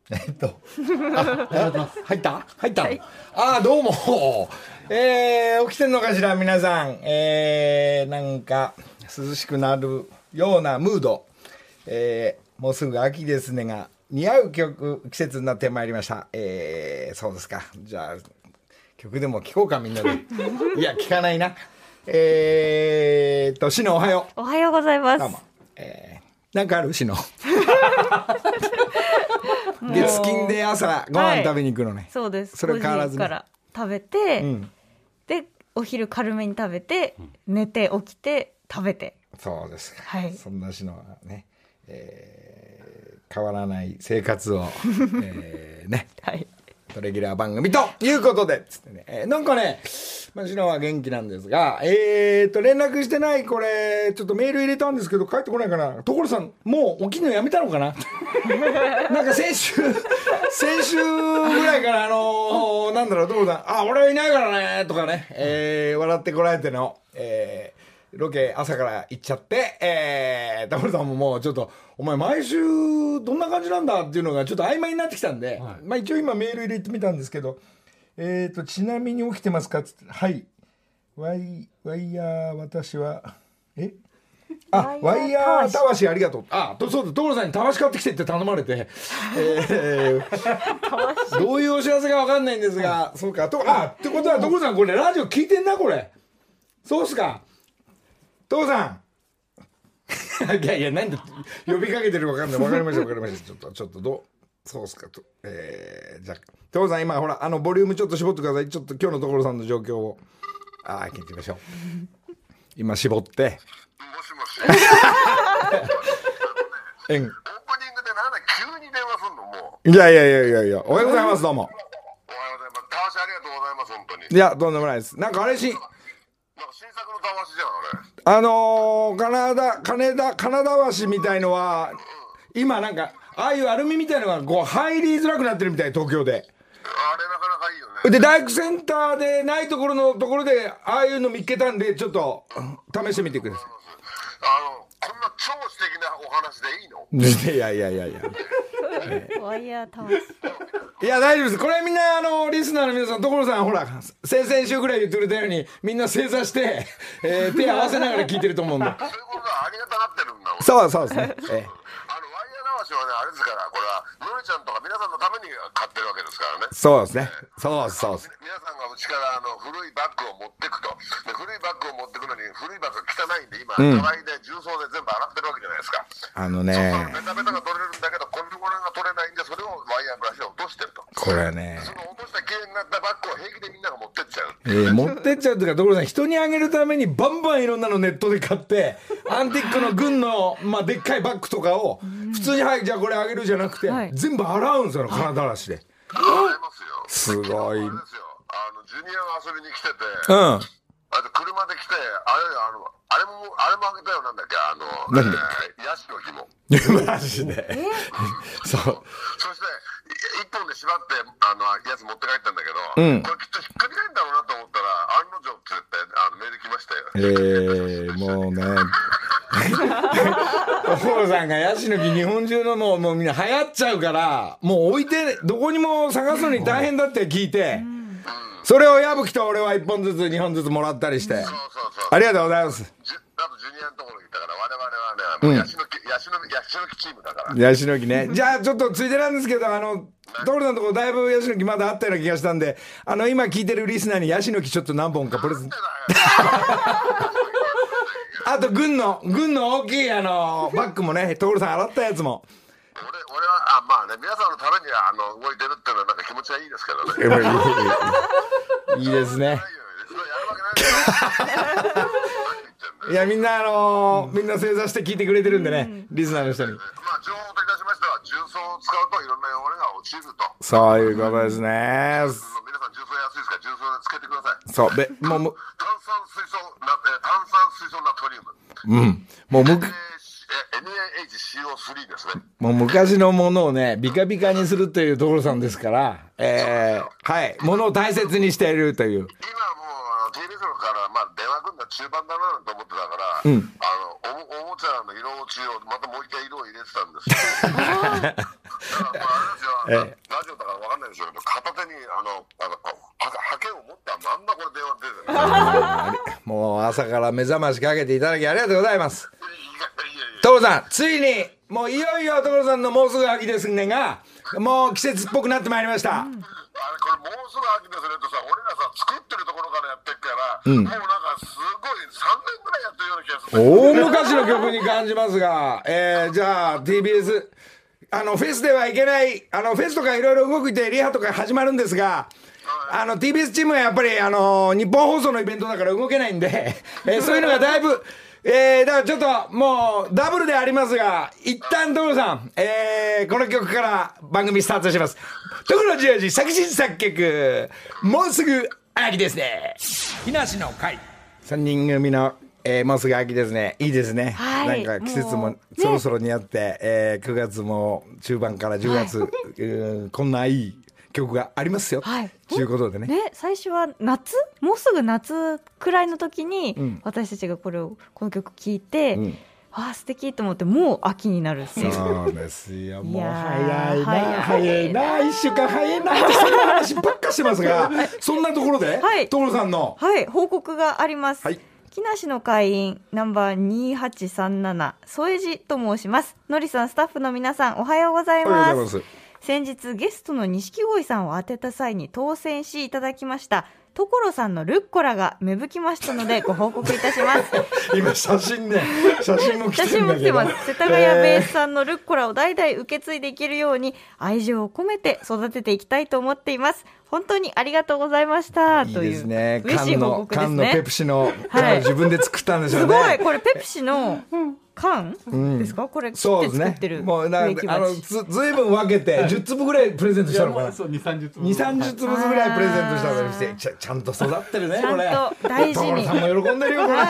入った、 はい、 どうも起きてんのかしら皆さん。なんか涼しくなるようなムード、もうすぐ秋ですねが似合う季節になってまいりました。そうですか。じゃあ曲でも聴こうかみんなで。いや聴かないな。しのおはよう。おはようございます。 どうも。なんかあるしの月金で朝ご飯食べに行くのね、 はい、そうです。 それ変わらず、ね、 5時から食べて、でお昼軽めに食べて、寝て起きて食べて。 そうですか、 はい、 そんなしのはね、変わらない生活をね、 はい、 レギュラー番組ということでつってね、なんかね、まあ、しのは元気なんですが、連絡してない、これちょっとメール入れたんですけど帰ってこないかな。所さんもう起きるのやめたのかななんか先週ぐらいからなんだろう、所さん俺はいないからねとかね、笑ってこられての、ロケ朝から行っちゃって、所さんももうちょっとお前毎週どんな感じなんだっていうのがちょっと曖昧になってきたんで、はい、まあ一応今メール入れてみたんですけど、ちなみに起きてますかっつって、はいワイヤー私はワイヤーたわしありがとう。そうだ、所さんにたわし買ってきてって頼まれて、どういうお知らせか分かんないんですが、そうかってことは所さんこれラジオ聞いてんなこれ。そうっすか所さんいやなんで呼びかけてるか分かんない。分かりましたちょっとそうっすかと、じゃあ所さん今ほらボリュームちょっと絞ってください。ちょっと今日の所さんの状況を聞いてみましょう。今絞ってもしもしオープニングでなんだ急に電話すんのもう。いやおはようございます。どうもおはようございます。たわしありがとうございます。本当に。 いやとんでもないです。なんかあれしなんか新作のたわしじゃんあれ。 金田和紙みたいのは、今なんかああいうアルミみたいのがこう入りづらくなってるみたい、東京で。 あれなかなかいいよね。 で大工センターでないところでああいうの見っけたんでちょっと試してみてください。 こんな超素敵なお話でいいの？ いやワイヤーたわし。 いや大丈夫です。これみんなリスナーの皆さん、所さんほら先々週ぐらい言ってくれたようにみんな正座して、手合わせながら聞いてると思うんで。 そういうことがありがたがってるんだもん。 そうですね。 ワイヤーたわしはねあれですから、これはのりちゃんとか皆さんのために買ってるわけですからね。 そうですね。そうです。 皆さんがうちから古いバッグを持ってくと。で古いバッグを持ってくのに古いバッグが汚いんで今、洗いで重曹で全部洗ってるわけじゃないですか。ベタベタが取れるんだけどこれが取れないんで、それをワイヤーブラシで落としてると。 これね、 その落とした綺麗になったバッグを平気でみんなが持ってっちゃう。 持ってっちゃうというか、所さん人にあげるためにバンバンいろんなのネットで買ってアンティックの軍の、でっかいバッグとかを普通にじゃあこれあげるじゃなくて、全部洗うんですよ、金だらしで。 洗いますよ。 すごい。 ジュニアが遊びに来てて、 車で来て、あれもあげたよ。なんだっけ、 なんでヤシの木も。 マジでそう。 そして一本で縛ってやつ持って帰ったんだけど、これきっと引っかけないんだろうなと思ったら案の定って言ってメール来ましたよ。 もうね所さんがヤシの木日本中のもうみんな流行っちゃうから、もう置いてどこにも探すのに大変だって聞いて、それを矢吹と俺は1本ずつ2本ずつもらったりして。ありがとうございます。 あとジュニアのところに行ったから我々はね、ヤシの木チームだから。 ヤシの木ね。じゃあちょっとついでなんですけど、所さんのところだいぶヤシの木まだあったような気がしたんで、今聞いてるリスナーにヤシの木ちょっと何本かプレゼント。あと軍の大きいバッグもね、所さん洗ったやつも。 俺はまあね、皆さんのために動いてるっていうのはなんか気持ちはいいですけどね。 いいですね。いやみんな正座して聞いてくれてるんでね、リスナーの人に。 情報といたしましては重曹を使うといろんな汚れが落ちると。 そういうことですね。 皆さん重曹安いですから重曹でつけてください。 そう炭酸水素ナトリウム。 もう NaHCO3 ですね。 もう昔のものをねビカビカにするという所さんですから、はい、ものを大切にしているという。 今もうTBS からまあ電話来るのは中盤だなと思ってたから、おもちゃの色落ちをまたもう一回色を入れてたんですよ。だからあれですよ、ラジオだから分かんないでしょうけど、片手にハケを持ったまんまこれ電話出てる。 もう朝から目覚ましかけていただきありがとうございます。所さん、ついにもういよいよ所さんのもうすぐ秋ですねが、もう季節っぽくなってまいりました。 これもうすぐ秋ですねとさ、俺らさ作ってるところからやってっから、もうなんかすごい3年ぐらいやってるような気がする。 大昔の曲に感じますが、じゃあ TBS フェスではいけないフェスとかいろいろ動いてリハとか始まるんですが、TBS チームはやっぱり日本放送のイベントだから動けないんで、そういうのがだいぶだからちょっともうダブルでありますが、一旦所さん、この曲から番組スタートします。所ジョージ作詞作曲、もうすぐ秋ですね。木梨の会3人組の、もうすぐ秋ですね。いいですね、はい、なんか季節もそろそろにあって、9月も中盤から10月、はい、こんないい曲がありますよ、はい、ということでね。 最初は夏、もうすぐ夏くらいの時に、私たちがこの曲聴いて、素敵と思って、もう秋になるっていう。 そうですよ、もう早いな1週間早いなって、そんな話ばっかしてますがそんなところで、所さんの、 報告があります。木梨の会員ナンバー2837添路と申します。のりさん、スタッフの皆さん、おはようございます。先日ゲストの錦鯉さんを当てた際に当選しいただきました所さんのルッコラが芽吹きましたのでご報告いたします。 今写真も来てるんだけど、 ます。世田谷ベースさんのルッコラを代々受け継いでいけるように愛情を込めて育てていきたいと思っています。本当にありがとうございましたという。 いいですね。 嬉しい報告ですね。 缶のペプシの缶を自分で作ったんですよね。 すごい、これペプシの缶ですか、これ切って作ってる。 もうなんかずいぶん分けて10粒ぐらいプレゼントしたのかな。 そう2、30粒 2、30粒ぐらいプレゼントしたのにしてちゃんと育ってるね、これ。 ちゃんと大事に。 所さんも喜んでるよ、これ。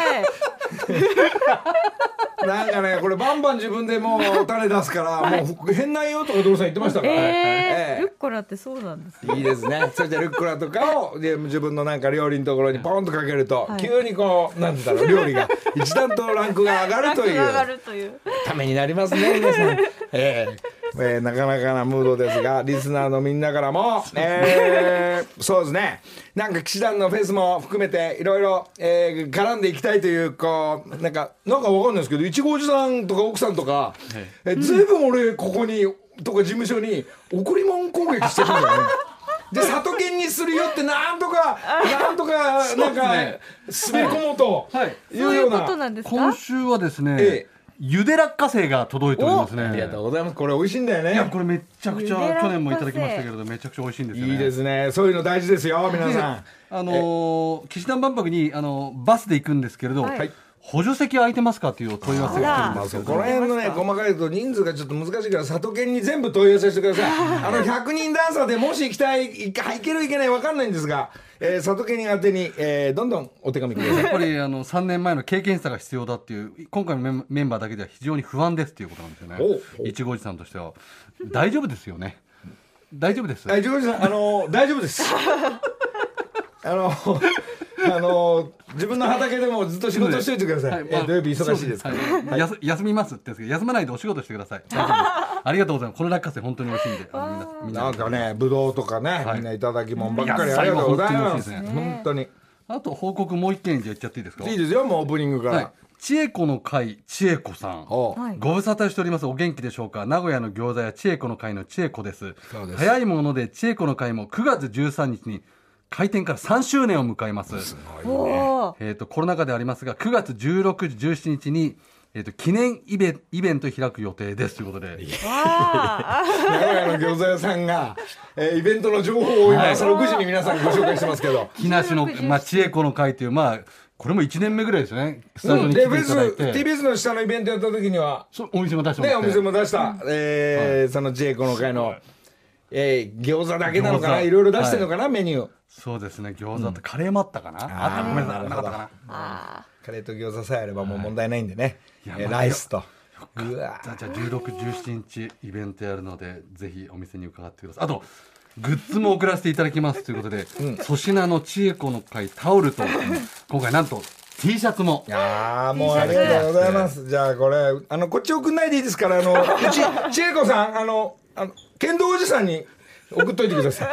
なんかね、これバンバン自分でもう種出すからもう変ないよとか所さん言ってましたから。 ルッコラってそうなんですね。 いいですね。そしてルッコラとかを自分のなんか料理のところにポンとかけると、急にこうなんて言ったら料理が一段とランクが上がるというためになりますね、皆さん。なかなかなムードですが、リスナーのみんなからも、そうですね、なんか騎士団のフェスも含めていろいろ絡んでいきたいという、こうなんかわかんないですけど、いちごおじさんとか奥さんとか、ずいぶん俺ここにとか事務所に贈り物攻撃してるんだよね。で里犬にするよってなんとかなんか滑り込もうというような。 今週はですね、ゆで落花生が届いておりますね。 ありがとうございます。これ美味しいんだよね。 いや、これめちゃくちゃ去年もいただきましたけれど、めちゃくちゃ美味しいんですよね。 いいですね。そういうの大事ですよ、皆さん。 騎士団万博にバスで行くんですけれど、補助席空いてますかっていう問い合わせが来てるんですけど、 この辺のね細かいと人数がちょっと難しいから里犬に全部問い合わせしてください。100人ダンサーでもし行きたい、行ける行けない分かんないんですが、里犬に宛てに、どんどんお手紙ください。 やっぱり3年前の経験者が必要だっていう、今回のメンバーだけでは非常に不安ですっていうことなんですよね。いちごおじさんとしては大丈夫ですよね。大丈夫です。 いちごおじさん、大丈夫です。自分の畑でもずっと仕事しておいてください。土曜日忙しいですから、 休みますって言うんですけど、休まないでお仕事してください。大丈夫です。ありがとうございます。この落花生本当に美味しいんで、 みんななんかね、ぶどうとかね、みんないただきもんばっかりありがとうございます。本当に。 あと報告もう一件じゃ言っちゃっていいですか。 いいですよ、もうオープニングから。 千恵子の会千恵子さん、ご無沙汰しております。お元気でしょうか。名古屋の餃子屋千恵子の会の千恵子です。早いもので千恵子の会も9月13日に開店から3周年を迎えます。すごいね。コロナ禍でありますが、9月16時17日に記念イベントを開く予定ですということで、 名古屋の餃子屋さんが、イベントの情報を今朝6時に皆さんにご紹介してますけど、 木梨の千恵子の会という、これも1年目ぐらいですよね。スタジオに来ていただいて、 TBS の下のイベントやった時にはお店も出してもらって、 お店も出した、その千恵子の会の、餃子だけなのかな、いろいろ出してるのかな、メニュー。 そうですね、餃子とカレーもあったかな、あった、ごめんなさい、なかったかな。カレーと餃子さえあればもう問題ないんでね、ライスと。 じゃあ16、17日イベントやるので、ぜひお店に伺ってください。あとグッズも送らせていただきますということで、粗品の千恵子の会タオルと、今回なんと T シャツも。 いやもうありがとうございます。じゃあこれこっち送んないでいいですから、うち千恵子さん剣道おじさんに送っといてください。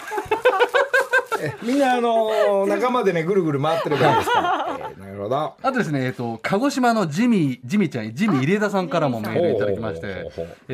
みんな仲間でねぐるぐる回ってればいいですから。なるほど。 あとですね、鹿児島のジミ入江田さんからもメールいただきまして、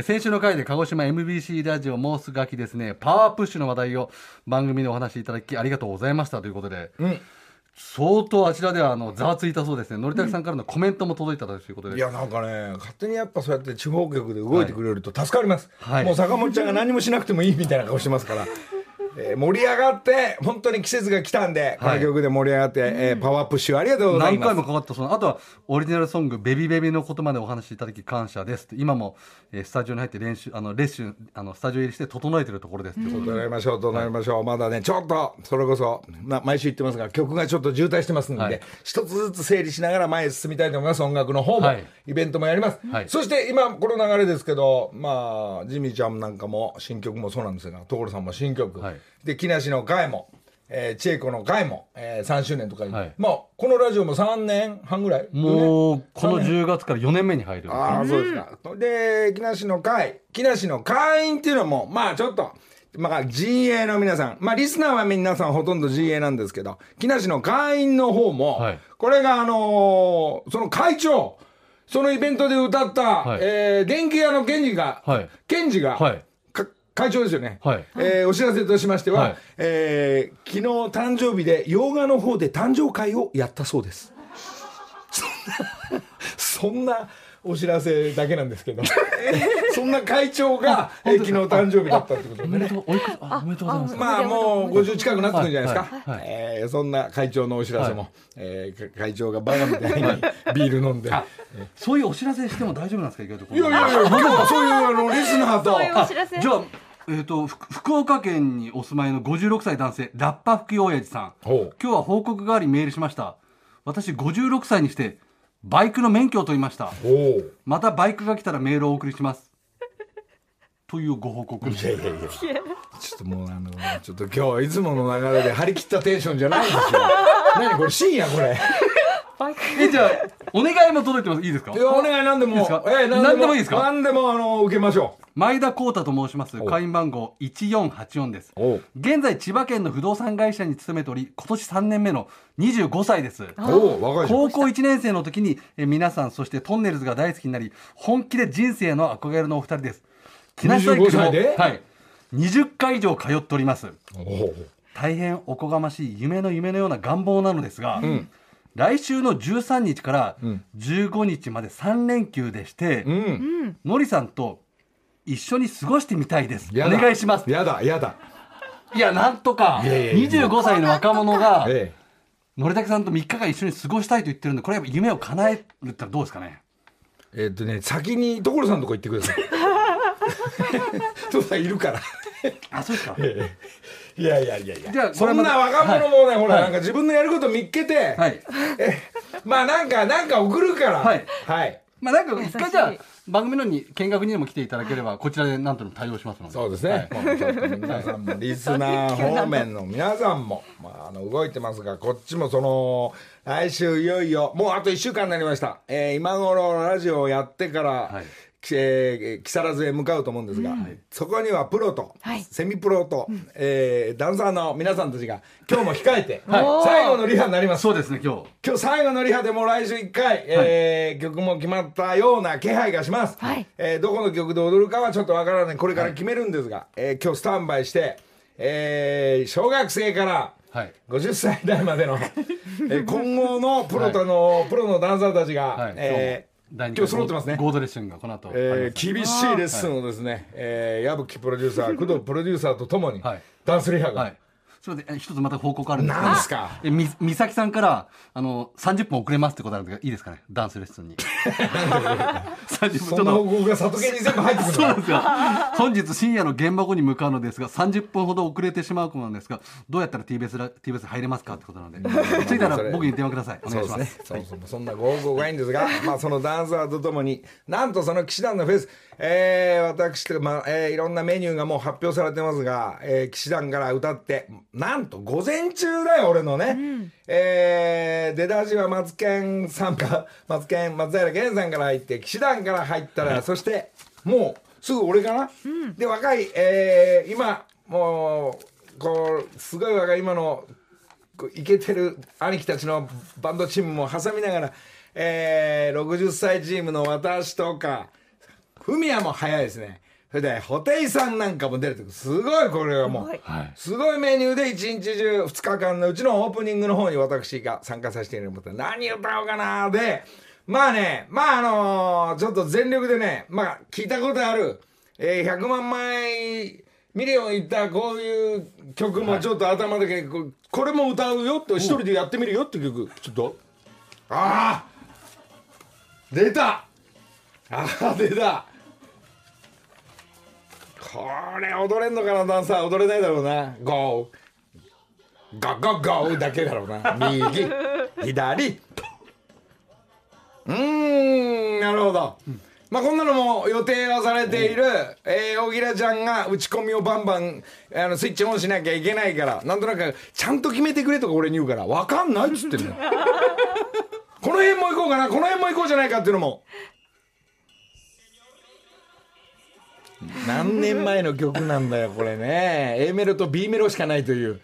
先週の回で鹿児島 MBC ラジオモースガキですね、パワープッシュの話題を番組でお話しいただきありがとうございましたということで、相当あちらではざわついたそうですね。のりたけさんからのコメントも届いたということで、 いやなんかね、勝手にやっぱそうやって地方局で動いてくれると助かります、もう坂本ちゃんが何もしなくてもいいみたいな顔してますから盛り上がって本当に季節が来たんで、この曲で盛り上がって、パワープッシュありがとうございます。 何回もかかったあとはオリジナルソングベビベビのことまでお話しいただき感謝ですと、今も、スタジオに入って練習レッシュスタジオ入りして整えてるところです。 整えましょう、まだねちょっとそれこそ、毎週言ってますが曲がちょっと渋滞してますので、一つずつ整理しながら前へ進みたいと思います。音楽の方も、イベントもやります、そして今この流れですけど、ジミーちゃんなんかも新曲もそうなんですが、所さんも新曲、で木梨の会も、千恵子の会も、3周年とかに、このラジオも3年半ぐらい、 もうこの10月から4年目に入る。 そうですか。で木梨の会員っていうのもちょっと陣営の皆さん、リスナーは皆さんほとんど陣営なんですけど、木梨の会員の方も、これがその会長、そのイベントで歌った、電気屋のケンジが、会長ですよね、お知らせとしましては、昨日誕生日で洋画の方で誕生会をやったそうです。そんなお知らせだけなんですけどそんな会長が、昨日誕生日だったってことでね。 おめでとうございます。 もう50近くなってくるんじゃないですか、そんな会長のお知らせも、会長がバカみたいにビール飲んでそういうお知らせしても大丈夫なんですか？意外といや今日はそういうリスナーとそういうお知らせ。 じゃあ福岡県にお住まいの56歳男性ラッパ吹き親父さん、今日は報告代わりメールしました。私56歳にしてバイクの免許を取りました。またバイクが来たらメールをお送りしますというご報告です。 いやちょっともうちょっと今日いつもの流れで張り切ったテンションじゃないんですよ何これ深夜これじゃあお願いも届いてます。いいですか？ お願い何でも何でもいいですか？ 何でも受けましょう。 前田光太と申します。会員番号1484です。現在千葉県の不動産会社に勤めており、今年3年目の25歳です。高校1年生の時に皆さんそしてトンネルズが大好きになり、本気で人生の憧れのお二人です。木梨サイクルも20回以上通っております。大変おこがましい夢のような願望なのですが、来週の13日から15日まで3連休でして、のりさんと一緒に過ごしてみたいです。お願いします。 やだいやなんとか25歳の若者がのりたけさんと3日間一緒に過ごしたいと言ってるんで、これは夢を叶えるってどうですかね？ 先に所さんのとこ行ってください所さんいるからそうですか。 いやそんな若者もね、ほらなんか自分のやること見っけて、なんか送るからなんか一回じゃあ番組のに見学にでも来ていただければこちらで何とでも対応しますので。 そうですね、皆さんもリスナー方面の皆さんも動いてますが、こっちもその来週いよいよもうあと1週間になりました。今頃ラジオをやってから木更津へ向かうと思うんですが、そこにはプロと、セミプロと、ダンサーの皆さんたちが今日も控えて、最後のリハになります。 そうですね、今日最後のリハでもう来週1回、曲も決まったような気配がします。どこの曲で踊るかはちょっとわからない、これから決めるんですが、今日スタンバイして、小学生から50歳代までの今後のプロのダンサーたちが、今日揃ってますね。 ゴードレッスンがこの後、 厳しいレッスンをですね、矢吹プロデューサー、工藤プロデューサーとともにダンスリハが、 すみません、一つまた報告あるんですなんですか。 美咲さんから30分遅れますってことなんですが、いいですかね、ダンスレッスンに。 そんな報告が里家に全部入ってくる。 そうなんですよ。本日深夜の現場後に向かうのですが、30分ほど遅れてしまうことなんですが、どうやったら TBS 入れますかってことなので、着いたら僕に電話ください。お願いします。 そんなご報告がいいんですが、まあそのダンサーとともに、なんとその騎士団のフェス、私とか、いろんなメニューがもう発表されてますが、騎士団から歌って、なんと午前中だよ、俺のね。出だしは松平健さんから入って、騎士団から入ったら、そしてもうすぐ俺かな、で若い、今もうこうすごい若い今のイケてる兄貴たちのバンドチームも挟みながら、60歳チームの私とかフミヤも早いですね。それで布袋さんなんかも出るとすごい、これはもうすごいメニューで一日中2日間のうちのオープニングの方に私が参加させているのと、何歌おうかなで、まあね、ちょっと全力でね、聞いたことある、100万枚ミリオンいったこういう曲もちょっと頭だけ、これも歌うよって一人でやってみるよって曲、ちょっと出たこれ踊れんのかな、ダンサー踊れないだろうな。ゴーだけだろうな。右左なるほど、こんなのも予定はされている。大木良ちゃんが打ち込みをバンバンスイッチオンしなきゃいけないから、なんとなくちゃんと決めてくれとか俺に言うから、分かんないっつってんの。この辺も行こうかな、この辺も行こうじゃないかっていうのも。何年前の曲なんだよこれね。 A メロと B メロしかないという。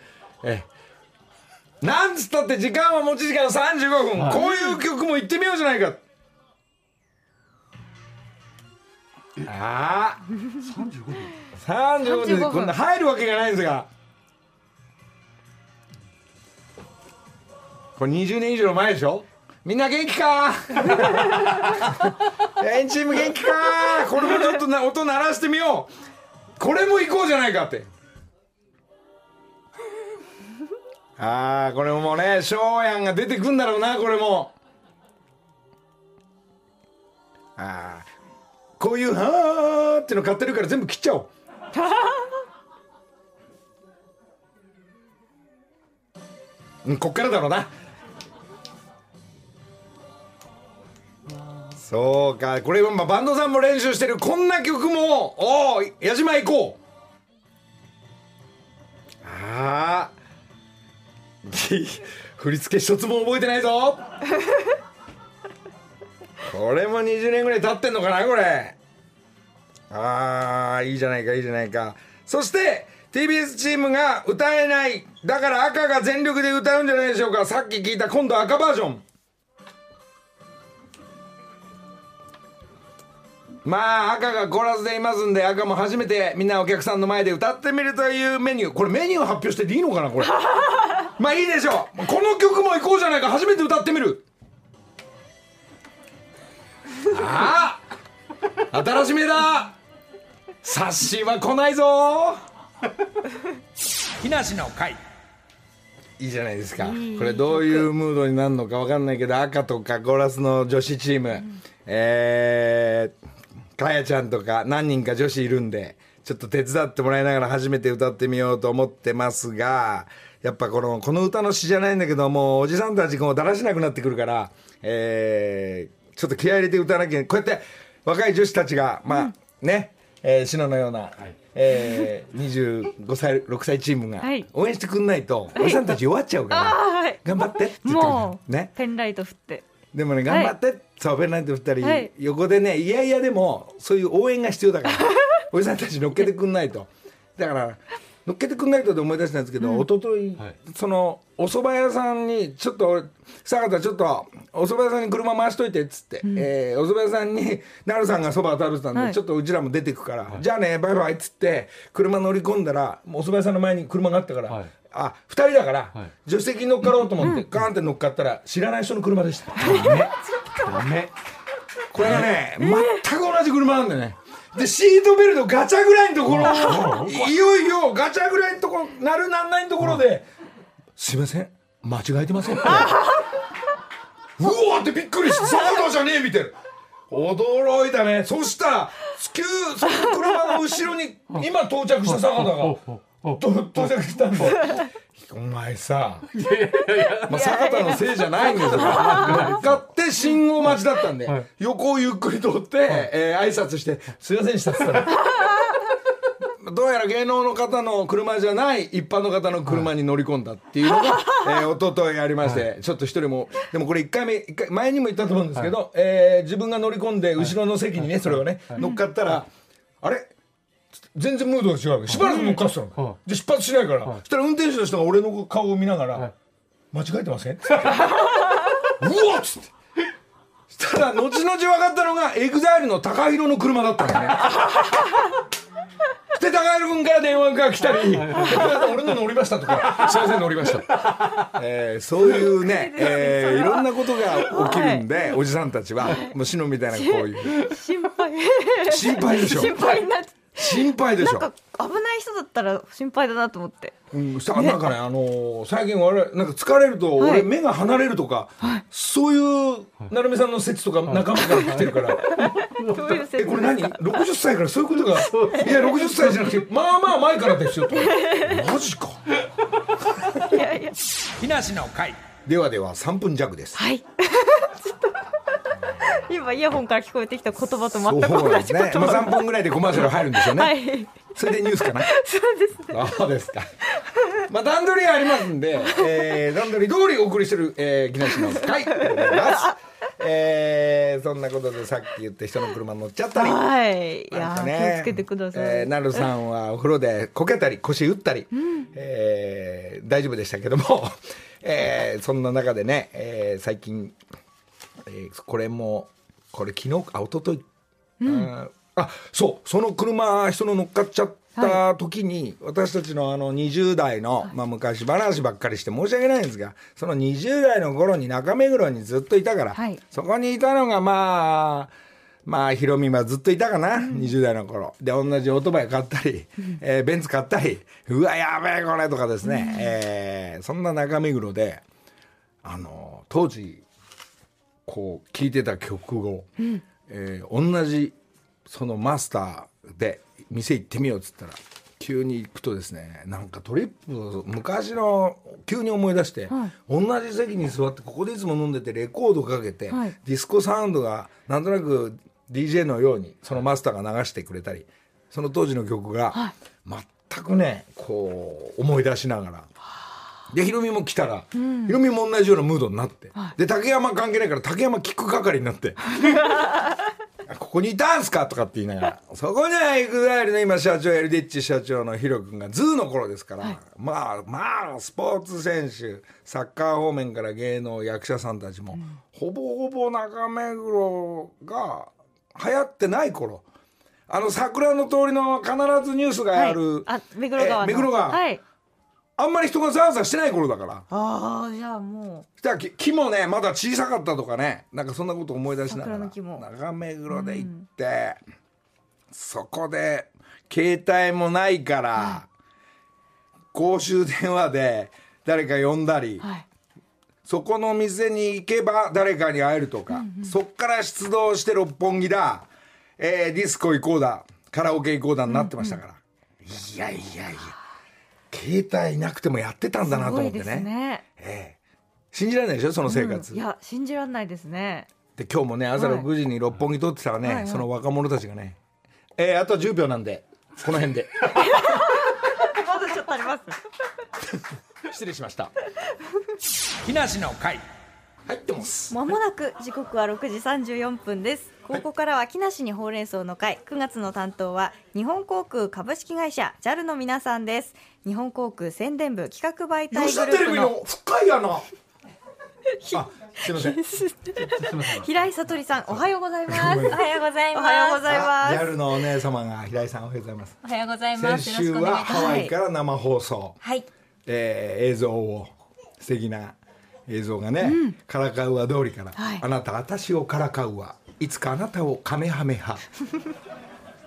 なんつったって時間は持ち時間35分、こういう曲も行ってみようじゃないか。35分でこんな入るわけがないんですが、これ20年以上前でしょ。みんな元気かエンチーム元気か。これもちょっと音鳴らしてみよう。これも行こうじゃないかって。これもね、翔やんが出てくんだろうな。これもこういうはーっての買ってるから全部切っちゃおう。こっからだろうな。そうか、これはバンドさんも練習してるこんな曲も、矢島行こう。振り付け一つも覚えてないぞ。これも20年ぐらい経ってんのかなこれ。いいじゃないかいいじゃないか。そして TBS チームが歌えない、だから赤が全力で歌うんじゃないでしょうか。さっき聞いた今度赤バージョン。赤がコーラスでいますんで、赤も初めてみんなお客さんの前で歌ってみるというメニュー。これメニュー発表してていいのかなこれ。いいでしょう。この曲も行こうじゃないか。初めて歌ってみる。新しめだ。サッシーは来ないぞ。木梨の会いいじゃないですか。これどういうムードになるのか分かんないけど、赤とかコーラスの女子チーム、かやちゃんとか何人か女子いるんで、ちょっと手伝ってもらいながら初めて歌ってみようと思ってますが、やっぱこの歌の詩じゃないんだけど、もうおじさんたちもだらしなくなってくるから、ちょっと気合い入れて歌わなきゃ。こうやって若い女子たちが篠のような、25歳6歳チームが応援してくんないと、おじさんたち弱っちゃうから、頑張ってって言ってもうペンライト振って、 でもね、頑張って、そうペンライト振ったり、横でね、いやいやでもそういう応援が必要だからおじさんたち乗っけてくんないと。だから乗っけてくんないとで思い出したんですけど、一昨日そのお蕎麦屋さんにちょっと坂田ちょっとお蕎麦屋さんに車回しといてっつって、お蕎麦屋さんになるさんが蕎麦食べてたんで、ちょっとうちらも出てくから、じゃあねバイバイっつって車乗り込んだら、お蕎麦屋さんの前に車があったから、2人だから、助手席に乗っかろうと思ってガーンって乗っかったら、知らない人の車でした。ダメこれがね、全く同じ車なんだよね。 でシートベルトガチャぐらいのところいよいよガチャぐらいのところなんないのところで、すいません間違えてませんうわーってびっくりして坂田じゃねえみたいな驚いたね。そしたらその車の後ろに今到着した坂田が到着したんでお前さ、坂田のせいじゃないんですよ。乗っかって信号待ちだったんで、横をゆっくり通って、挨拶して「すいませんでした」って言ったらどうやら芸能の方の車じゃない一般の方の車に乗り込んだっていうのが、一昨日ありまして、ちょっと一人もでもこれ1回前にも言ったと思うんですけど、自分が乗り込んで後ろの席にねそれをね乗っかったらあれ全然ムードが違う。しばらく乗っかってたの。で出発しないから。そしたら運転手の人が俺の顔を見ながら間違えてません？うわっつって。そしたら後々分かったのがエグザイルの高弘の車だったんだね。で高弘君から電話が来たり俺の乗りましたとかすいません乗りました、そういうね、いろんなことが起きるんで、おじさんたちはもうシノみたいなこういう心配でしょ。心配でしょ。 なんか危ない人だったら心配だなと思って、 なんかね、最近我々なんか疲れると俺目が離れるとか、そういう成美さんの説とか仲間から来てるからこれ何60歳からそういうことがいや60歳じゃなくてまあまあ前からですよとマジかいやいや木梨の会では3分弱です。 はい今イヤホンから聞こえてきた言葉と全く同じ言葉、 3分ぐらいでコマーシャル入るんでしょうね、はい、それでニュースかなそうですね。 そうですか段取りがありますんで、段取り通りお送りしてる、木梨の会でございます、そんなことでさっき言って人の車乗っちゃったり、 はい、いや、気をつけてください。 なるさんはお風呂でこけたり腰打ったり、大丈夫でしたけども、そんな中でね、最近、これ昨日一昨日、その車人の乗っかっちゃった時に、私たちの20代の、昔話ばっかりして申し訳ないんですが、その20代の頃に中目黒にずっといたから、そこにいたのがまあヒロミはずっといたかな、20代の頃で同じオートバイ買ったり、ベンツ買ったり、うわやべえこれとかですね、そんな中目黒で当時こう聴いてた曲を、同じそのマスターで店行ってみようっつったら急に行くとですね、なんかトリップ昔の急に思い出して、同じ席に座ってここでいつも飲んでてレコードかけて、ディスコサウンドがなんとなく DJ のようにそのマスターが流してくれたり、その当時の曲が全くねこう思い出しながら。でヒロミも来たら、ヒロミも同じようなムードになって、で竹山関係ないから竹山聞く係になってここにいたんすかとかって言いながら、そこにはエグザイルの今社長エルディッチ社長のヒロ君がズーの頃ですから、まあスポーツ選手サッカー方面から芸能役者さんたちも、ほぼほぼ中目黒が流行ってない頃、桜の通りの必ずニュースがある、 目黒川の目黒川、あんまり人がざわざわしてない頃だから。 じゃあもうしたら木もねまだ小さかったとかね、なんかそんなこと思い出しながら中目黒で行って、そこで携帯もないから、公衆電話で誰か呼んだり、そこの店に行けば誰かに会えるとか、そっから出動して六本木だ、ディスコ行こうだカラオケ行こうだになってましたから、いや携帯なくてもやってたんだなと思って ね、信じられないでしょその生活、 いや信じられないですね。 で今日もね朝6時に六本木通ってたらね、その若者たちがね、あと10秒なんでこの辺でまだちょっとあります失礼しました。木梨の会入ってます。 まもなく時刻は6時34分です。ここからは木梨にほうれん草の会、9月の担当は日本航空株式会社 JAL の皆さんです。日本航空宣伝部企画媒体グループの深いやなすいません平井悟さん、おはようございます。おはようございます。 おはようございます。JAL のお姉様が平井さん、おはようございます。 おはようございます。 先週はハワイから生放送、映像を素敵な映像がね、カラカウア通りから、あなた私をからかうわ、いつかあなたをカメハメハ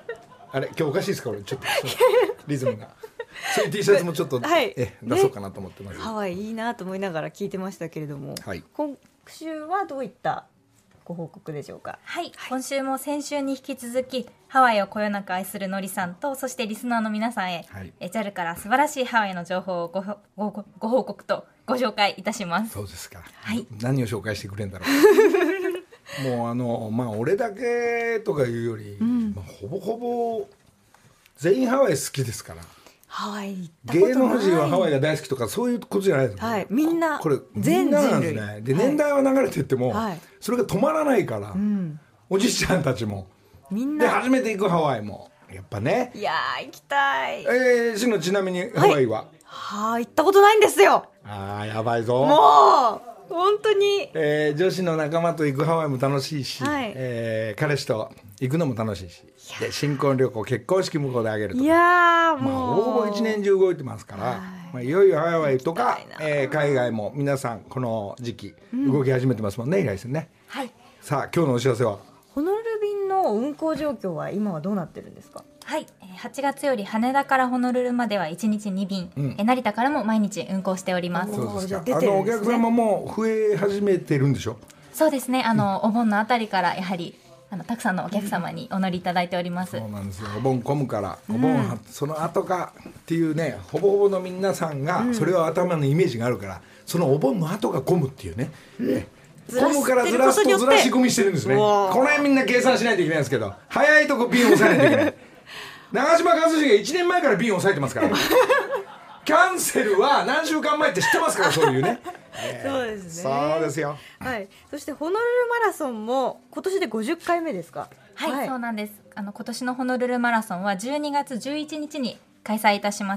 あれ今日おかしいですか俺ちょっとリズムが。そういう T シャツもちょっと、はい、出そうかなと思ってます。 ハワイいいなと思いながら聞いてましたけれども、はい、今週はどういったご報告でしょうか。 はい、今週も先週に引き続きハワイをこよなく愛するのりさんと、そしてリスナーの皆さんへ、はい、JAL から素晴らしいハワイの情報をご報告とご紹介いたします。 そうですか、 はい、 何を紹介してくれるんだろうもう俺だけとかいうより、ほぼほぼ全員ハワイ好きですから。 ハワイ行ったことない。 芸能人はハワイが大好きとかそういうことじゃないですね、 はい、みんなこれみんななんですね。で、年代は流れていっても、はい、それが止まらないから、おじいちゃんたちもみんなで初めて行くハワイもやっぱね。 いやー行きたい。 しのちなみにハワイは、 行ったことないんですよ。 やばいぞ。 もう本当に、 女子の仲間と行くハワイも楽しいし、はい、彼氏と行くのも楽しいし、で新婚旅行結婚式向こうであげるとか、 いやもう、 ほぼ一年中動いてますから、いよいよハワイとか、海外も皆さんこの時期動き始めてますもんね、平井さんね。 はい、 さあ今日のお知らせは、 ホノルル便の運航状況は今はどうなってるんですか。 はい、8月より羽田からホノルルまでは1日2便、成田からも毎日運航しております。 そうですか。お客様も増え始めてるんでしょ。 そうですね、お盆のあたりからやはりたくさんのお客様にお乗りいただいております。 そうなんですよ。お盆混むから、お盆その後かっていうね、ほぼほぼの皆さんがそれを頭のイメージがあるから、そのお盆の後が混むっていうね、混むからずらすとずらし込みしてるんですね。この辺みんな計算しないといけないんですけど、早いとこ便を抑えないといけない長嶋一茂が1年前から便を抑えてますからキャンセルは何週間前って知ってますから、そういうねそうですね。 そうですよ。 はい。そしてホノルルマラソンも今年で50回目ですか。 はい、そうなんです。今年のホノルルマラソンは12月11日に開催いたします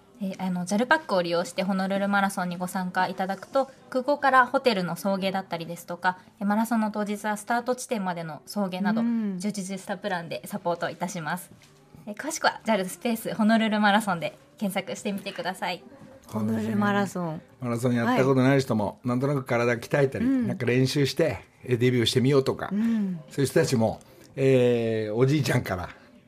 。JAL パックを利用してホノルルマラソンにご参加いただくと、空港からホテルの送迎だったりですとか、マラソンの当日はスタート地点までの送迎など充実したプランでサポートいたします。詳しくは JAL スペースホノルルマラソンで検索してみてください。 ホノルルマラソンやったことない人も、なんとなく体鍛えたり、なんか練習してデビューしてみようとか、そういう人たちも、おじいちゃんから、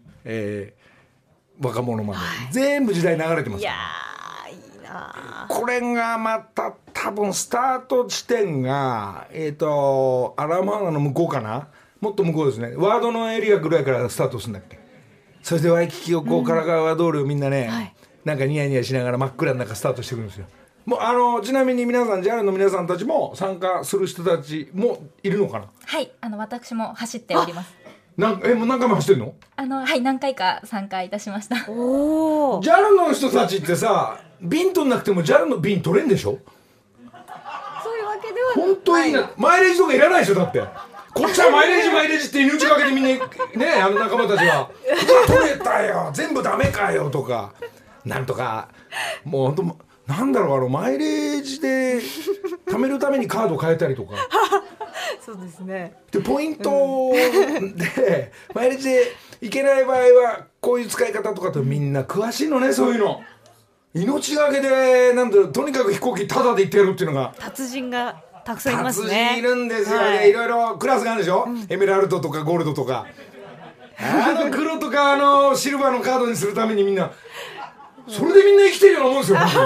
若者まで、全部時代流れてます。 いやーいいな。 これがまた多分スタート地点がアラモアナの向こうかな、もっと向こうですね。ワードのエリアぐらいからスタートするんだっけ。それでワイキキをこう、唐川通りをみんなね、なんかニヤニヤしながら真っ暗の中スタートしてくるんですよ。もうちなみに皆さん JAL の皆さんたちも参加する人たちもいるのかな。 はい、私も走っております。 もう何回も走ってんの。 はい、何回か参加いたしました。 おー、 JAL の人たちってさ、便取んなくても JAL の便取れんでしょ。 そういうわけでは本当にマイレージとかいらないでしょ。だってこっちはマイレージって命がけでみんなね、仲間たちは取れたよ全部ダメかよとか、なんとかもう本当なんだろう、マイレージで貯めるためにカード変えたりとかそうですね。 でポイントで、マイレージでいけない場合はこういう使い方とかと、みんな詳しいのね、そういうの。命がけでとにかく飛行機タダで行ってやるっていうのが、 達人がたくさんいますね。 達人いるんですよね。いろいろクラスがあるでしょ、エメラルドとかゴールドとか、黒とかシルバーのカードにするためにみんな、それでみんな生きてるようなもんですよね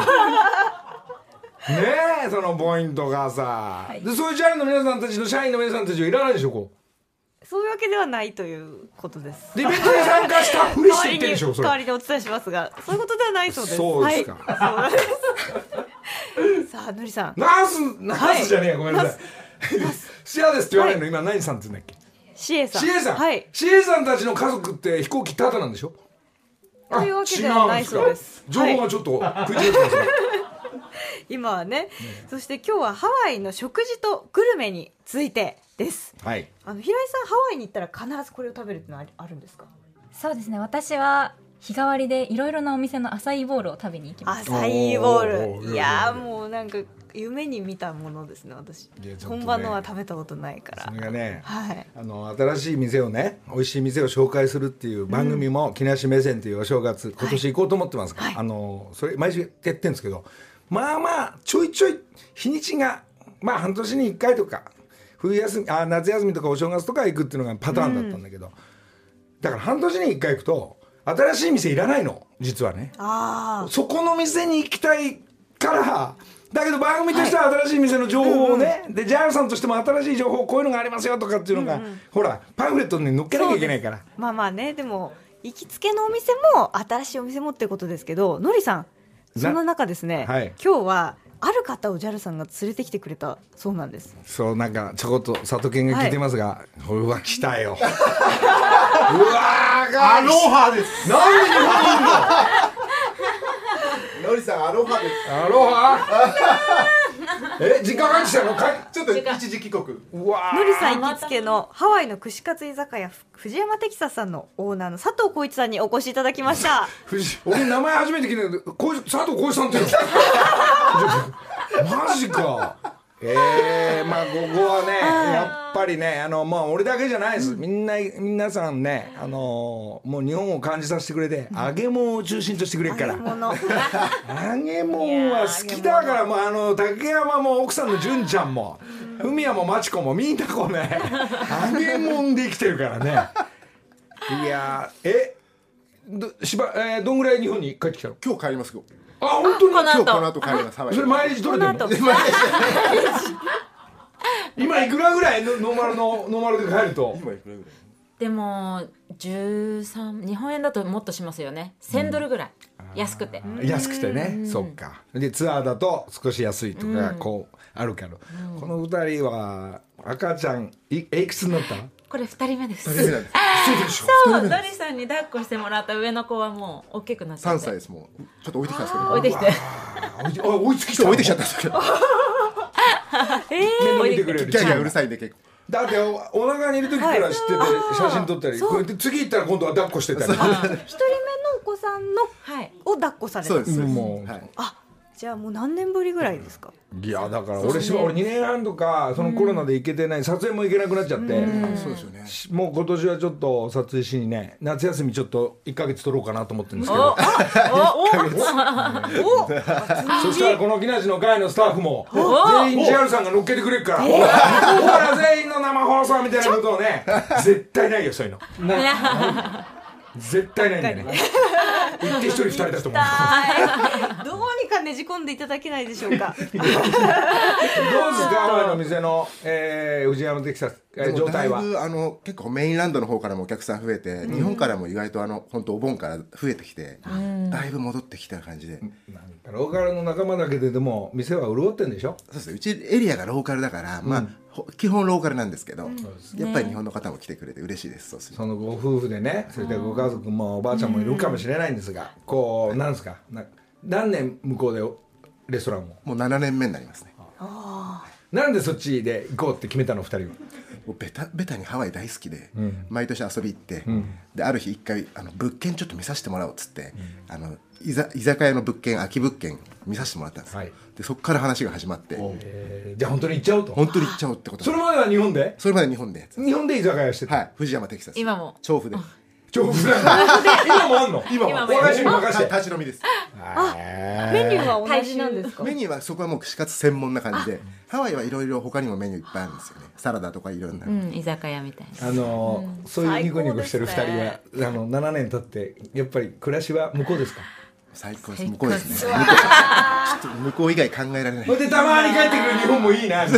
え、そのポイントがさ、でそういうJALの皆さんたちの社員の皆さんたちはいらないでしょ。こうそういうわけではないということです。 でイベントに参加したふりして言ってるでしょ。それ代わりにお伝えしますが、そういうことではないそうです。 そうですか、 はい、そうなんですさあのりさん、 ナースじゃねえや、ごめんなさいシアですって言われるの、今何さんって言うんだっけ。 シエさん。 シエさん、 はい、 シエさんたちの家族って飛行機タダなんでしょ。 というわけではないそうです。 情報がちょっと食い違ってますね今はね、そして今日はハワイの食事とグルメについてです。 はい、 平井さん、ハワイに行ったら必ずこれを食べるってのはあるんですか。 そうですね、私は日替わりでいろいろなお店のアサイーボールを食べに行きます。 アサイーボール、いやもうなんか夢に見たものですね。私、本場のは食べたことないから。 それがね、 はい、 新しい店をね、美味しい店を紹介するっていう番組も、木梨目線というお正月、今年行こうと思ってますから、それ毎週やってるんですけど、まあちょいちょい日にちが半年に1回とか夏休みとかお正月とか行くっていうのがパターンだったんだけど、だから半年に1回行くと新しい店いらないの実はね。そこの店に行きたいからだけど番組としては新しい店の情報をね、でJRさんとしても新しい情報こういうのがありますよとかっていうのが、ほらパンフレットに載っけなきゃいけないから。 まあまあね、でも行きつけのお店も新しいお店もってことですけど、のりさんそんな中ですね、今日はある方を JAL さんが連れてきてくれたそうなんです。 そう、なんかちょこっと佐藤健が聞いてますが、うわ来たようわーアロハです。 なんで日本にいるののりさんアロハです。 アロハ実家帰ってきたのちょっと一時帰国。 うわのりさん行きつけのハワイの串カツ居酒屋藤山テキサスさんのオーナーの佐藤浩一さんにお越しいただきました。 俺名前初めて聞いたけど佐藤浩一さんっていうのマジか。まあここはねやっぱりねまあ俺だけじゃないです、皆さんねもう日本を感じさせてくれて、揚げ物を中心としてくれるから、揚げ物は好きだから。もう竹山も奥さんの純ちゃんも文也もまちこもみんなこうね揚げ物できてるからね。いやどんぐらい日本に帰ってきたの？ 今日帰りますよ。 あ、本当に今日この後帰ります。 それマイレージ取れてるの？今いくらぐらいノーマルで帰ると？ 今いくらぐらい？ でも13日本円だともっとしますよね。1000ドルぐらい、安くてね、そっか。でツアーだと少し安いとかこうあるけど、この2人は赤ちゃんいくつになったの？ これ2人目です。 2人目なんです。 そう、ドリさんに抱っこしてもらった上の子はもう大きくなっちゃって。 3歳です。もうちょっと置いてきたんですけど。 置いてきて。 追いつきた。 置いてきちゃったんですけど。 面倒見てくれる。 ギャーギャーうるさいんで結構。 だってお腹にいる時から知ってて写真撮ったり、次行ったら今度は抱っこしてたり。 1人目のお子さんのを抱っこされた。 そうです。 もうじゃあもう何年ぶりぐらいですか？ いやだから俺2年半とかそのコロナで行けてない、撮影も行けなくなっちゃって、 そうですよね。もう今年はちょっと撮影しにね、夏休みちょっと1ヶ月取ろうかなと思ってるんですけど、そしたらこの木梨の会のスタッフも全員 JAL さんが乗っけてくれるから、ほら全員の生放送みたいなことをね、絶対ないよそういうの。絶対ないんだよね。行って1人2人だと思う。 どうにかねじ込んでいただけないでしょうか。どうですかハワイの店の藤山テキサス状態は？ だいぶ結構メインランドの方からもお客さん増えて、日本からも意外と本当お盆から増えてきて、だいぶ戻ってきた感じで。 ローカルの仲間だけでも店は潤ってんでしょ？ そうですね。うちエリアがローカルだから、まあ基本ローカルなんですけど、やっぱり日本の方も来てくれて嬉しいです。 そのご夫婦でね、それでご家族もおばあちゃんもいるかもしれないんですが、こうなんですか、何年向こうでレストランを？ もう7年目になりますね。 なんでそっちで行こうって決めたの2人は？ もうベタにハワイ大好きで、毎年遊び行って、である日一回物件ちょっと見させてもらおうっつって、居酒屋の物件、空き物件見させてもらったんです、でそこから話が始まって、 じゃあ本当に行っちゃおうと。 本当に行っちゃおうってこと。 それまでは日本で？ それまで日本で居酒屋してた。 藤山テキサス。 今も調布で。 調布で今もあんの？ 今も若い人に任せて立ち飲みです。 メニューは同じなんですか？ メニューはそこはもう串カツ専門な感じで、ハワイはいろいろ他にもメニューいっぱいあるんですよね。サラダとかいろんな、 居酒屋みたいな。 そういうニコニコしてる2人は7年経ってやっぱり暮らしは向こうですか？ 最高です。向こうですね。ちょっと向こう以外考えられない。 でたまに帰ってくる日本もいいな。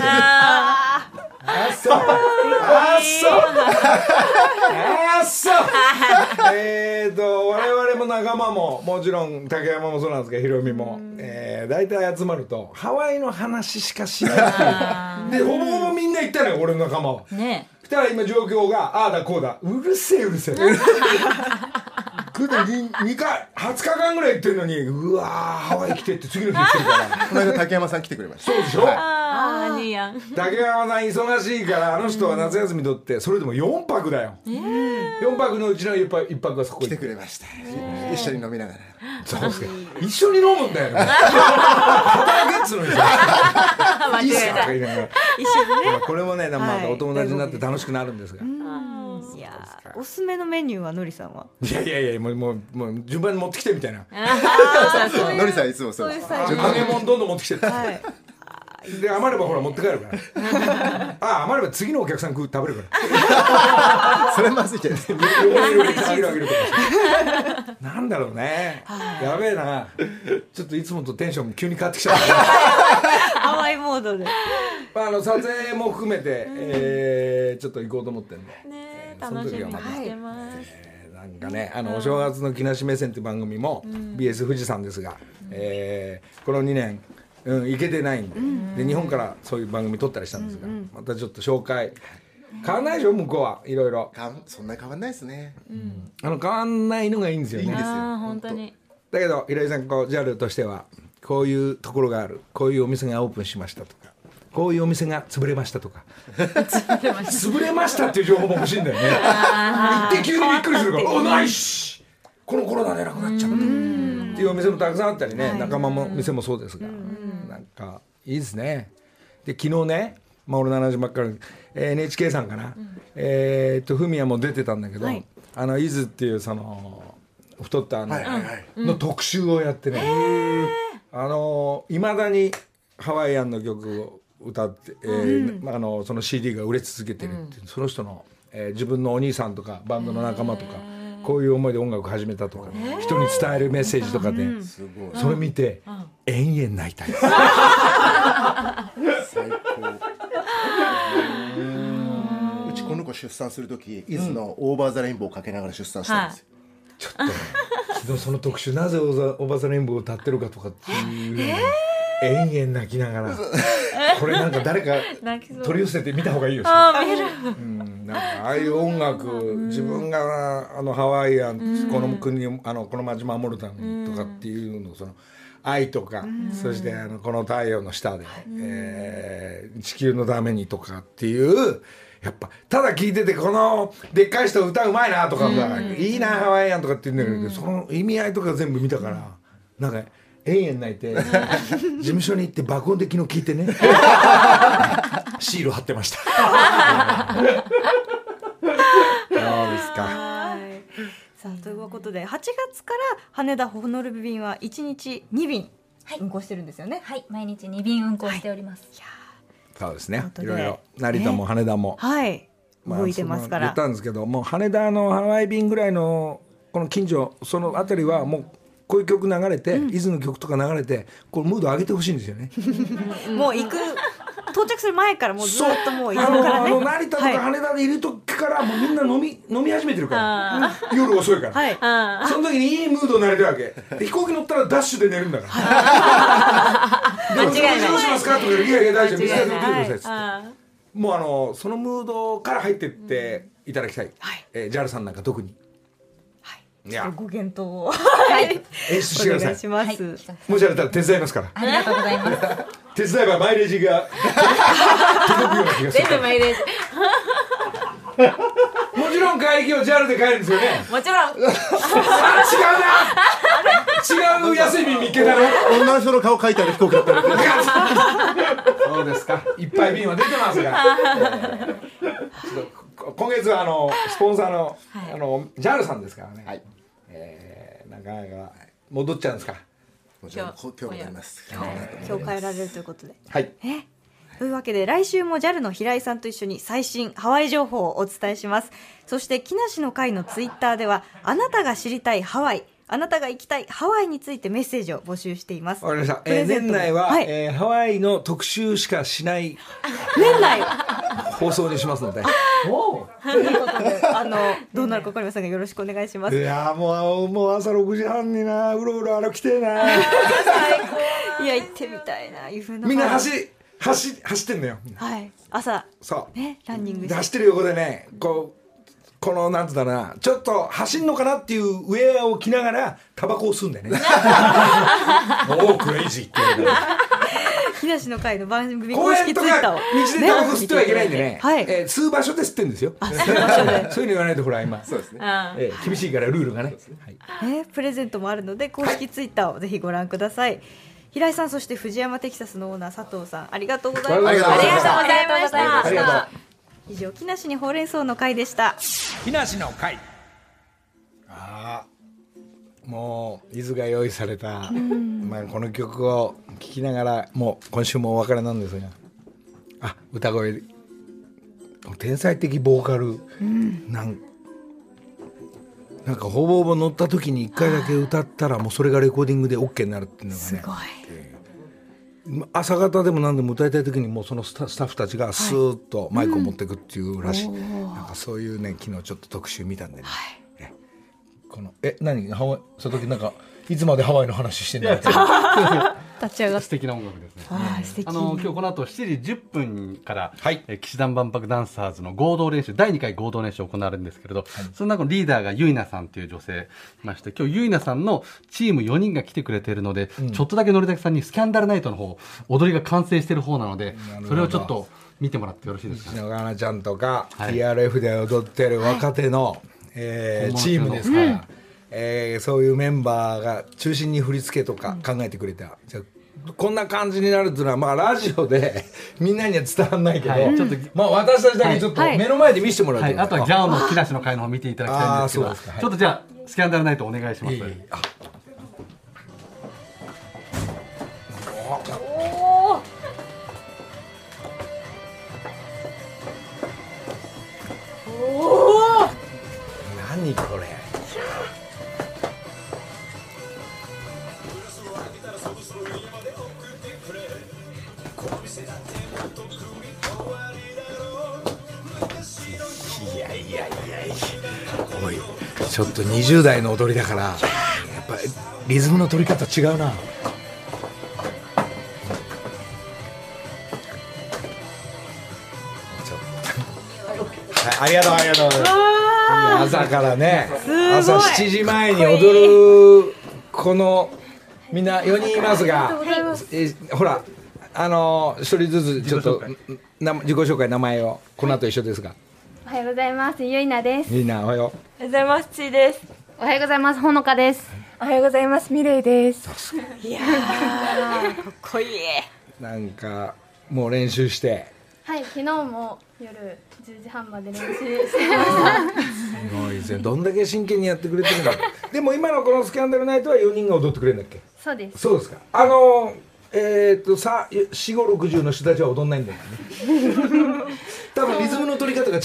我々も仲間ももちろん竹山もそうなんですけど、ヒロミも大体集まるとハワイの話しかしないで、ほぼほぼみんな行ったのよ俺の仲間は。 ね。 そしたら今状況がああだこうだ、うるせえ2回20日間ぐらい行ってるのに、うわーハワイ来てって次の日行ってるからこの間竹山さん来てくれました。 そうでしょ、竹山さん忙しいからあの人は夏休み取ってそれでも4泊だよ、4泊のうちの1泊がそこ来てくれました。一緒に飲みながら。 そうですか、一緒に飲むんだよね働けっつうのにさいいっすかとか言いながら一緒にね、これもねお友達になって楽しくなるんですが、 いやおすすめのメニューはのりさんは？ いやもう順番に持ってきてみたいな。 のりさんいつもそうです。 揚げ物どんどん持ってきてる。 で余ればほら持って帰るからあ余れば次のお客さん食べるからそれまずいじゃないですか。 あげるとかなんだろうね、やべえな、ちょっといつもとテンション急に変わってきちゃった淡いモードで撮影も含めて、ちょっと行こうと思ってんで、 楽しみにしてます。 なんかね、お正月の木梨目線っていう番組も BS 富士山ですが、この2年、行けてないんで、で日本からそういう番組撮ったりしたんですが、またちょっと紹介変わんないでしょ向こうはいろいろ。 そんなに変わんないですね。 変わんないのがいいんですよね。 いいんですよ本当に。 だけど平井さんJAL としてはこういうところがある、こういうお店がオープンしましたとか、こういうお店が潰れましたとか潰れましたっていう情報も欲しいんだよね行って急にびっくりするから「ないしこのコロナでなくなっちゃった」っていうお店もたくさんあったりね、仲間も店もそうですが、なんかいいですね。で昨日ね、俺70ばっかり NHK さんかな、フミヤも出てたんだけど、伊豆っていうその太ったの特集をやってね、いまだにハワイアンの曲を歌って、その CD が売れ続けてるっていう、その人の、自分のお兄さんとかバンドの仲間とか、こういう思いで音楽始めたとか、人に伝えるメッセージとかで、それ見て、延々泣いたり最高。うちこの子出産するとき、伊豆のオーバーザレインボーをかけながら出産したんですよ。 ちょっと昨日その特集、なぜオーバーザレインボーを歌ってるかとかっていう延々泣きながらこれなんか誰か取り寄せて見た方がいいよ。なんかああいう音楽、自分がハワイアン、この国この街守るためにとかっていうの、その愛とか、そしてこの太陽の下で、地球のためにとかっていう、やっぱただ聞いててこのでっかい人歌うまいなとかさ、いいなハワイアンとかって言うんだけど、その意味合いとか全部見たから、なんか延々泣いて事務所に行って爆音で昨日聞いてねシール貼ってましたそうですか。 さあということで8月から羽田ホノルル便は1日2便運航してるんですよね。 はい、毎日2便運航しております。 そうですね、いろいろ成田も羽田も、 動いてますから。 言ったんですけど、もう羽田のハワイ便ぐらいのこの近所、その辺りはもうこういう曲流れて、伊豆の曲とか流れて、こうムード上げてほしいんですよねもう到着する前からもうずっともう伊豆からね、 成田とか羽田でいる時からもうみんな飲み始めてるから夜遅いから、その時にいいムードになれるわけで、飛行機乗ったらダッシュで寝るんだからでも間違いない、どうしますかとか、いやいや大丈夫、水で乗ってくださいっつって、もうそのムードから入ってっていただきたい、JAL さんなんか特にいやご検討を演出してください。 お願いします。 もしあれたら手伝いますから。 ありがとうございます。 手伝えばマイレージが届くような気がする。 全部マイレージ。 もちろん帰り際 JAL で帰るんですよね。 もちろん。 違うな。違う安い便見っけたな。 女の人の顔描いてある飛行機だったら。 そうですか。いっぱい便は出てますが。今月はスポンサーのJAL さんですからね。なかなか戻っちゃうんですか。 もちろん今日もやります。 今日帰られるということで。 はい。 というわけで来週も JAL の平井さんと一緒に最新ハワイ情報をお伝えします。そして木梨の会のツイッターでは、あなたが知りたいハワイ、あなたが行きたいハワイについてメッセージを募集しています。 わかりました。年内は、ハワイの特集しかしない年内放送にしますので。 ということでどうなるか分かりませんが、よろしくお願いします。 いやもう朝6時半になうろうろ歩きてえな最高。いや行ってみたいな。 みんな走ってんのよ。 朝そうね、ランニングして走ってる横でね、このなんつうんだろうな、ちょっと走んのかなっていうウェアを着ながらタバコを吸うんだよねもうクレイジーって言われたら木梨の会の番組公園とか道でタバコ吸ってはいけないんでね、吸う場所で吸ってんですよ。そういうの言わないとほら今そうですね、厳しいからルールがね、 プレゼントもあるので公式ツイッターをぜひご覧ください。平井さん、そして藤山テキサスのオーナー佐藤さん、ありがとうございました。 ありがとうございました。 以上、木梨にほうれん草の会でした。 木梨の会。 もう伊豆が用意された、まあ、この曲を聴きながらもう今週もお別れなんですが、歌声天才的ボーカル、なんかほぼほぼ乗った時に1回だけ歌ったらもうそれがレコーディングで OK になるっていうのがね、 すごい。 朝方でも何でも歌いたい時にもうそのスタッフたちがスーッとマイクを持っていくっていうらしい、なんかそういうね昨日ちょっと特集見たんでね、この何ハワイその時なんかいつまでハワイの話してんだって立ち上がって素敵な音楽ですね。 素敵。 今日この後7時10分から、騎士団万博ダンサーズの合同練習、第2回合同練習行われるんですけれど、その中のリーダーがユイナさんという女性いまして、今日ユイナさんのチーム4人が来てくれているので、ちょっとだけのりたけさんにスキャンダルナイトの方踊りが完成している方なので、それをちょっと見てもらってよろしいですか。 篠川ちゃんとか、TRF で踊ってる若手の、チームですから、そういうメンバーが中心に振り付けとか考えてくれた、じゃこんな感じになるっていうのは、まあ、ラジオでみんなには伝わらないけど、ちょっとまあ、私たちだけちょっと目の前で見せてもらうと、 あとはギャオの木梨の会の方見ていただきたいんですけど、ちょっとじゃあスキャンダルナイトお願いします。 何これ。おいちょっと20代の踊りだからやっぱリズムの取り方違うな。ありがとうありがとう。朝からね、朝7時前に踊るこのみんな4人いますが、ほら一人ずつちょっと自己紹介名前をこの後一緒ですが。 おはようございます。ゆいなです。 ゆいなおはよう。 おはようございます。ちーです。 おはようございます。ほのかです。 おはようございます。みれいです。いやーかっこいい。 なんかもう練習して。 はい、昨日も夜10時半まで練習してました。 すごいですね。どんだけ真剣にやってくれてるんだ。でも今のこのスキャンダルナイトは4人が踊ってくれるんだっけ。 そうです。 そうですか。4、5、60の人たちは踊んないんだよね。多分リズムの取り方が違う。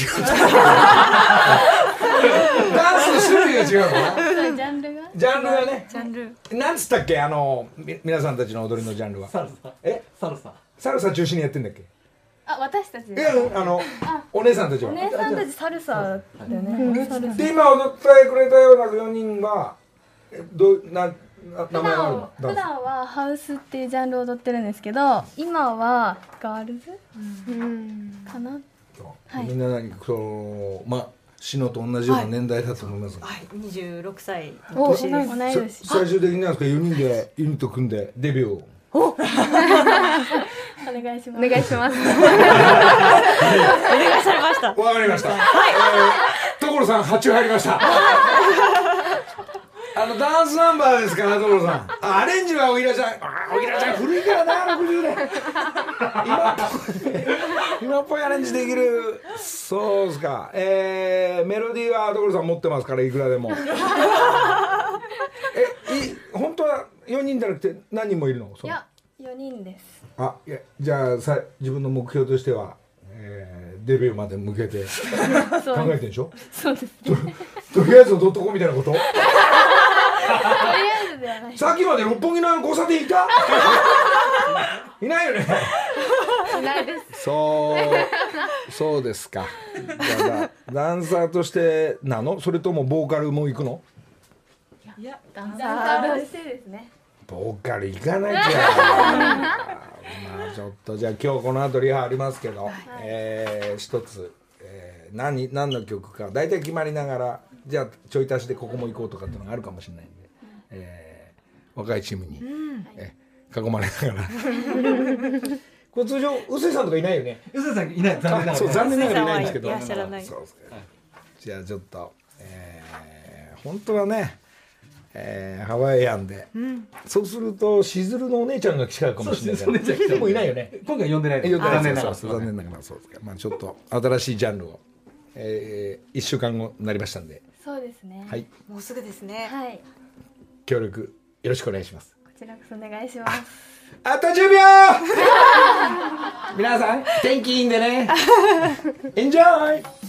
ダンスの種類が違うかな。 ジャンルがね。ジャンル。なんつったっけ皆さんたちの踊りのジャンルは。 サルサ。サルサ。 サルサ中心にやってんだっけ。 私たち。 お姉さんたちは。 お姉さんたちサルサだよね。 で今踊ってくれたような4人は名前は普段はハウスっていうジャンルを踊ってるんですけど、今はガールズかな。 みんなまあシノと同じような年代だと思いますが、 26歳の年です。 最終的になんですか4人でユニット組んでデビューを。 お願いします。お願いします。お願いされました。 わかりました。所さん発注入りました。ダンスナンバーですから所さん。アレンジはおぎらちゃん。おぎらちゃん古いからな60年。今っぽいアレンジできる。そうですか。メロディーは所さん持ってますからいくらでも。本当は4人じゃなくて何人もいるの？ いや4人です。 いやじゃあ自分の目標としては、デビューまで向けて考えてるでしょ？ そうです、ね。 とりあえず踊っとこうみたいなこと？とりあえずではない。 さっきまで六本木の交差点いた？いないよね。 いないです。 そうですか。じゃあダンサーとしてなの？それともボーカルも行くの？ いやダンサーとしてですね。 ボーカル行かなきゃ。まあちょっとじゃあ今日この後リハありますけど、一つ、何の曲か大体決まりながら、じゃあちょい足しでここも行こうとかっていうのがあるかもしれないんで、若いチームに、囲まれながら。これ通常臼井さんとかいないよね。 臼井さんいない。残念ながらいないんですけど。じゃあちょっと、本当はね。ハワイアンで、そうするとしずるのお姉ちゃんが来ちゃうかもしれないからでもいないよね。 今回呼んでない。 残念ながらそうですか。まあちょっと新しいジャンルを、1週間後になりましたんで。 そうですね。 はい。 もうすぐですね。 はい。 協力よろしくお願いします。 こちらこそお願いします。 あと10秒皆さん天気いいんでねエンジョイ